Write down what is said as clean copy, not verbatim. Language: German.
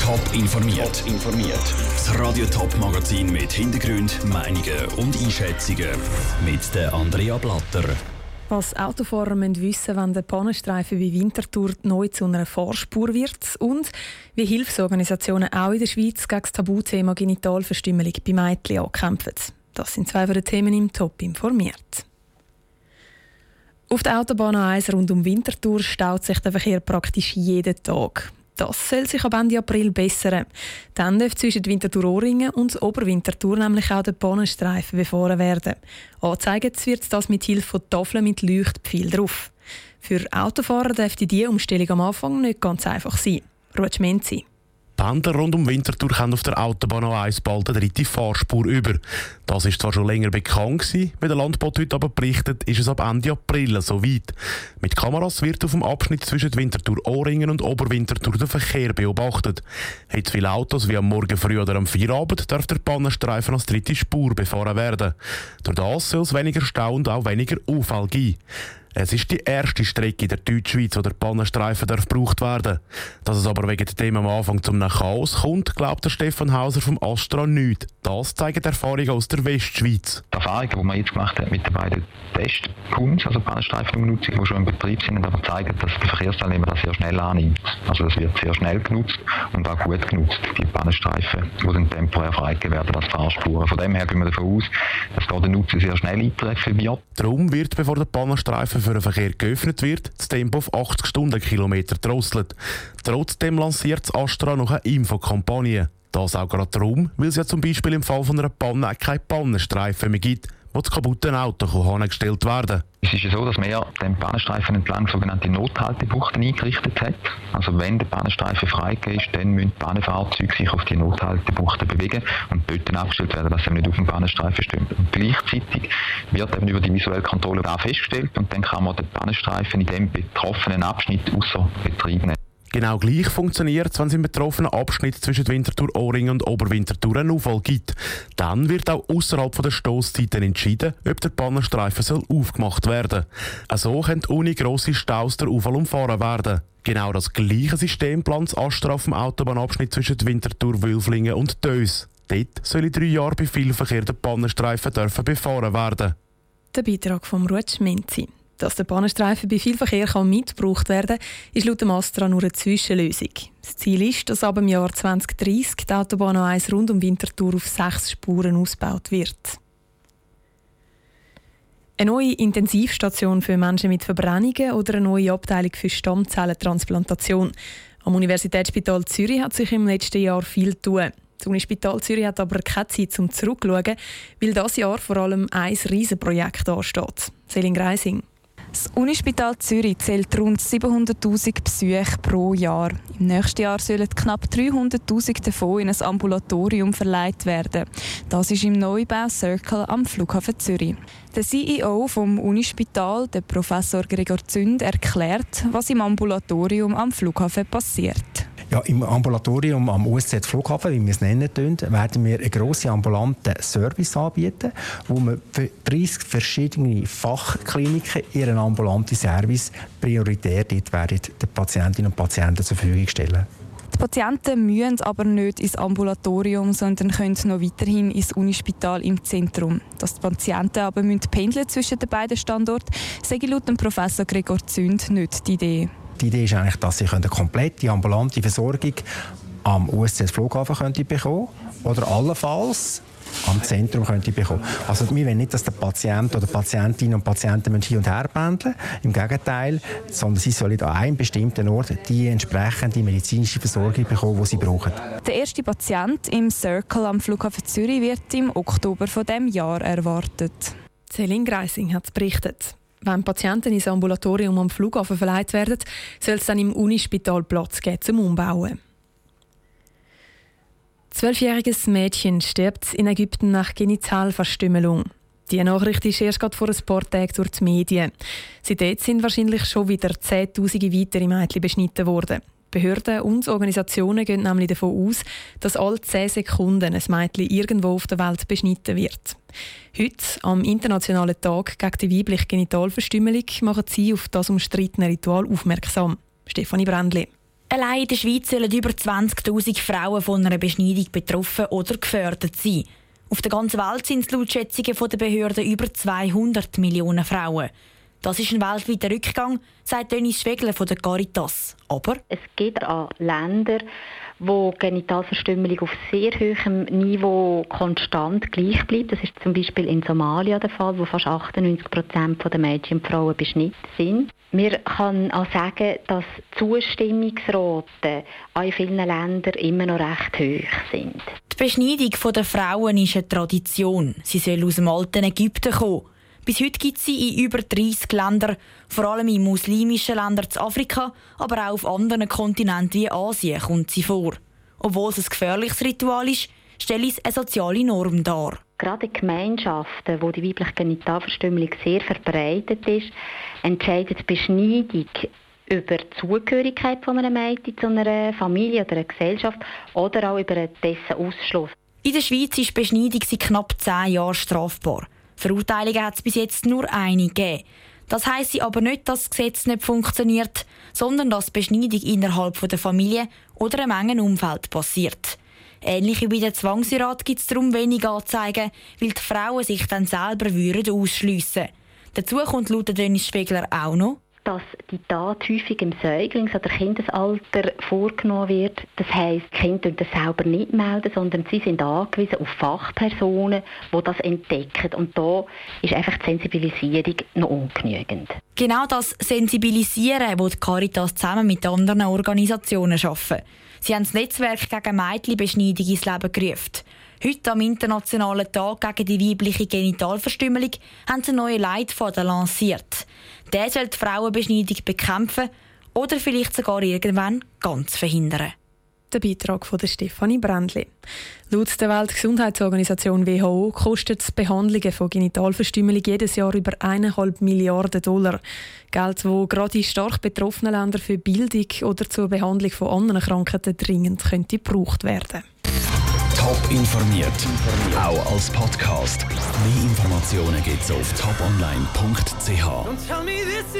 Top informiert. Das Radio Top Magazin mit Hintergrund, Meinungen und Einschätzungen mit der Andrea Blatter. Was Autofahrer müssen wissen, wenn der Pannenstreifen wie Winterthur neu zu einer Fahrspur wird und wie Hilfsorganisationen auch in der Schweiz gegen das Tabuthema Genitalverstümmelung bei Mädchen ankämpfen. Das sind zwei von den Themen im Top informiert. Auf der Autobahn A1 rund um Winterthur staut sich der Verkehr praktisch jeden Tag. Das soll sich ab Ende April bessern. Dann darf zwischen Winterthur-Oringen und Oberwinterthur nämlich auch der Pannenstreifen befahren werden. Angezeigt wird das mit Hilfe von Tafeln mit Leuchtpfeil drauf. Für Autofahrer dürfte diese Umstellung am Anfang nicht ganz einfach sein. Ruth Menzi. Die Pendler rund um Winterthur kommen auf der Autobahn A1 bald eine dritte Fahrspur über. Das ist zwar schon länger bekannt gewesen, wie der Landbot heute aber berichtet, ist es ab Ende April soweit. Mit Kameras wird auf dem Abschnitt zwischen Winterthur-Oringen und Oberwinterthur der Verkehr beobachtet. Hat es viele Autos wie am Morgen früh oder am Feierabend, darf der Pannenstreifen als dritte Spur befahren werden. Durch das soll es weniger Stau und auch weniger Unfall geben. Es ist die erste Strecke in der Deutschschweiz, wo der Pannenstreifen gebraucht werden darf. Dass es aber wegen dem am Anfang zum Chaos kommt, glaubt der Stefan Hauser vom Astra nicht. Das zeigen Erfahrungen aus der Westschweiz. Die Erfahrungen, die man jetzt gemacht hat mit den beiden Testkunden, also Pannenstreifennutzung, die schon in Betrieb sind, aber zeigen, dass der Verkehrsteilnehmer das sehr schnell annimmt. Also das wird sehr schnell genutzt und auch gut genutzt, die Pannenstreifen, die dann temporär freigegeben werden als Fahrspuren. Von dem her gehen wir davon aus, dass da der Nutzen sehr schnell eintreffen wird. Darum wird, bevor der Pannenstreifen für den Verkehr geöffnet wird, das Tempo auf 80 Stundenkilometer drosselt. Trotzdem lanciert das Astra noch eine Infokampagne. Das auch gerade darum, weil es ja zum Beispiel im Fall von einer Panne keine Pannenstreifen mehr gibt, wo das kaputte Auto angestellt werden. Es ist ja so, dass man ja den Pannenstreifen entlang sogenannte Nothaltebuchten eingerichtet hat. Also wenn der Pannenstreifen freigegeben ist, dann müssen Pannenfahrzeuge sich auf die Nothaltebuchten bewegen und dort abgestellt werden, dass sie nicht auf dem Pannenstreifen stehen. Und gleichzeitig wird eben über die visuelle Kontrolle da festgestellt und dann kann man den Pannenstreifen in dem betroffenen Abschnitt außer Betrieb nehmen. Genau gleich funktioniert es, wenn es im betroffenen Abschnitt zwischen Winterthur-Oringen und Oberwinterthur einen Unfall gibt. Dann wird auch außerhalb der Stosszeiten entschieden, ob der Pannenstreifen soll aufgemacht werden soll. So können ohne grosse Staus der Unfall umfahren werden. Genau das gleiche System plant Astra auf dem Autobahnabschnitt zwischen Winterthur-Wülflingen und Dös. Dort soll in 3 Jahren bei viel Verkehr der Pannenstreifen befahren werden. Der Beitrag von Ruth Menzi. Dass der Pannenstreifen bei viel Verkehr mitgebraucht werden kann, ist laut dem Astra nur eine Zwischenlösung. Das Ziel ist, dass ab dem Jahr 2030 die Autobahn A1 rund um Winterthur auf 6 Spuren ausgebaut wird. Eine neue Intensivstation für Menschen mit Verbrennungen oder eine neue Abteilung für Stammzellentransplantation. Am Universitätsspital Zürich hat sich im letzten Jahr viel getan. Das Unispital Zürich hat aber keine Zeit zum Zurückschauen, weil dieses Jahr vor allem ein Riesenprojekt ansteht. Selin Greising. Das Unispital Zürich zählt rund 700'000 Besuche pro Jahr. Im nächsten Jahr sollen knapp 300'000 davon in ein Ambulatorium verlegt werden. Das ist im Neubau Circle am Flughafen Zürich. Der CEO vom Unispital, der Professor Gregor Zünd, erklärt, was im Ambulatorium am Flughafen passiert. Ja, im Ambulatorium am USZ Flughafen, wie wir es nennen, werden wir einen grossen ambulanten Service anbieten, wo wir für 30 verschiedene Fachkliniken ihren ambulanten Service prioritär dort werden den Patientinnen und Patienten zur Verfügung stellen. Die Patienten müssen aber nicht ins Ambulatorium, sondern können noch weiterhin ins Unispital im Zentrum. Dass die Patienten aber pendeln zwischen den beiden Standorten, sage laut dem Professor Gregor Zünd nicht die Idee. Die Idee ist eigentlich, dass sie eine komplette ambulante Versorgung am USZ Flughafen bekommen oder allenfalls am Zentrum bekommen. Also wir wollen nicht, dass der Patient oder Patientinnen und Patienten hin und her pendeln. Im Gegenteil, sondern sie sollen an einem bestimmten Ort die entsprechende medizinische Versorgung bekommen, die sie brauchen. Der erste Patient im Circle am Flughafen Zürich wird im Oktober von diesem Jahr erwartet. Selin Greising hat berichtet. Wenn Patienten ins Ambulatorium am Flughafen verlegt werden, soll es dann im Unispital Platz geben zum Umbauen. 12-jähriges Mädchen stirbt in Ägypten nach Genitalverstümmelung. Die Nachricht ist erst gerade vor ein paar Tagen durch die Medien. Seitdem sind wahrscheinlich schon wieder Zehntausende weitere Mädchen beschnitten worden. Behörden und Organisationen gehen nämlich davon aus, dass alle 10 Sekunden ein Mädchen irgendwo auf der Welt beschnitten wird. Heute, am Internationalen Tag gegen die weibliche Genitalverstümmelung, machen sie auf das umstrittene Ritual aufmerksam. Stefanie Brändli. Allein in der Schweiz sollen über 20'000 Frauen von einer Beschneidung betroffen oder gefährdet sein. Auf der ganzen Welt sind es laut Schätzungen der Behörden über 200 Millionen Frauen. Das ist ein weltweiter Rückgang, sagt Dennis Schwegler von der Caritas. Aber es gibt auch Länder, wo Genitalverstümmelung auf sehr hohem Niveau konstant gleich bleibt. Das ist zum Beispiel in Somalia der Fall, wo fast 98% der Mädchen und Frauen beschnitten sind. Man kann auch sagen, dass die Zustimmungsraten in vielen Ländern immer noch recht hoch sind. Die Beschneidung der Frauen ist eine Tradition. Sie soll aus dem alten Ägypten kommen. Bis heute gibt es sie in über 30 Ländern, vor allem in muslimischen Ländern in Afrika, aber auch auf anderen Kontinenten wie Asien kommt sie vor. Obwohl es ein gefährliches Ritual ist, stelle es eine soziale Norm dar. Gerade in Gemeinschaften, wo die weibliche Genitalverstümmelung sehr verbreitet ist, entscheidet die Beschneidung über die Zugehörigkeit von einer Mädchen zu einer Familie oder einer Gesellschaft oder auch über dessen Ausschluss. In der Schweiz ist Beschneidung seit knapp 10 Jahren strafbar. Verurteilungen hat es bis jetzt nur eine gegeben. Das heisst aber nicht, dass das Gesetz nicht funktioniert, sondern dass Beschneidung innerhalb der Familie oder einem engen Umfeld passiert. Ähnlich wie bei der Zwangsheirat gibt es darum wenig Anzeigen, weil die Frauen sich dann selber ausschliessen würden. Dazu kommt laut Dennis Schwegler auch noch, dass die Tat häufig im Säuglings- oder Kindesalter vorgenommen wird. Das heisst, die Kinder das selber nicht melden, sondern sie sind angewiesen auf Fachpersonen, die das entdecken. Und da ist einfach die Sensibilisierung noch ungenügend. Genau das Sensibilisieren, das die Caritas zusammen mit anderen Organisationen arbeitet. Sie haben das Netzwerk gegen Mädchenbeschneidung ins Leben gerufen. Heute am Internationalen Tag gegen die weibliche Genitalverstümmelung haben sie einen neuen Leitfaden lanciert. Der soll die Frauenbeschneidung bekämpfen oder vielleicht sogar irgendwann ganz verhindern. Der Beitrag von Stefanie Brändli. Laut der Weltgesundheitsorganisation WHO kostet die Behandlungen von Genitalverstümmelung jedes Jahr über 1,5 Milliarden $. Geld, das gerade in stark betroffenen Ländern für Bildung oder zur Behandlung von anderen Krankheiten dringend könnte gebraucht werden. Top informiert, auch als Podcast. Mehr Informationen gibt's auf toponline.ch.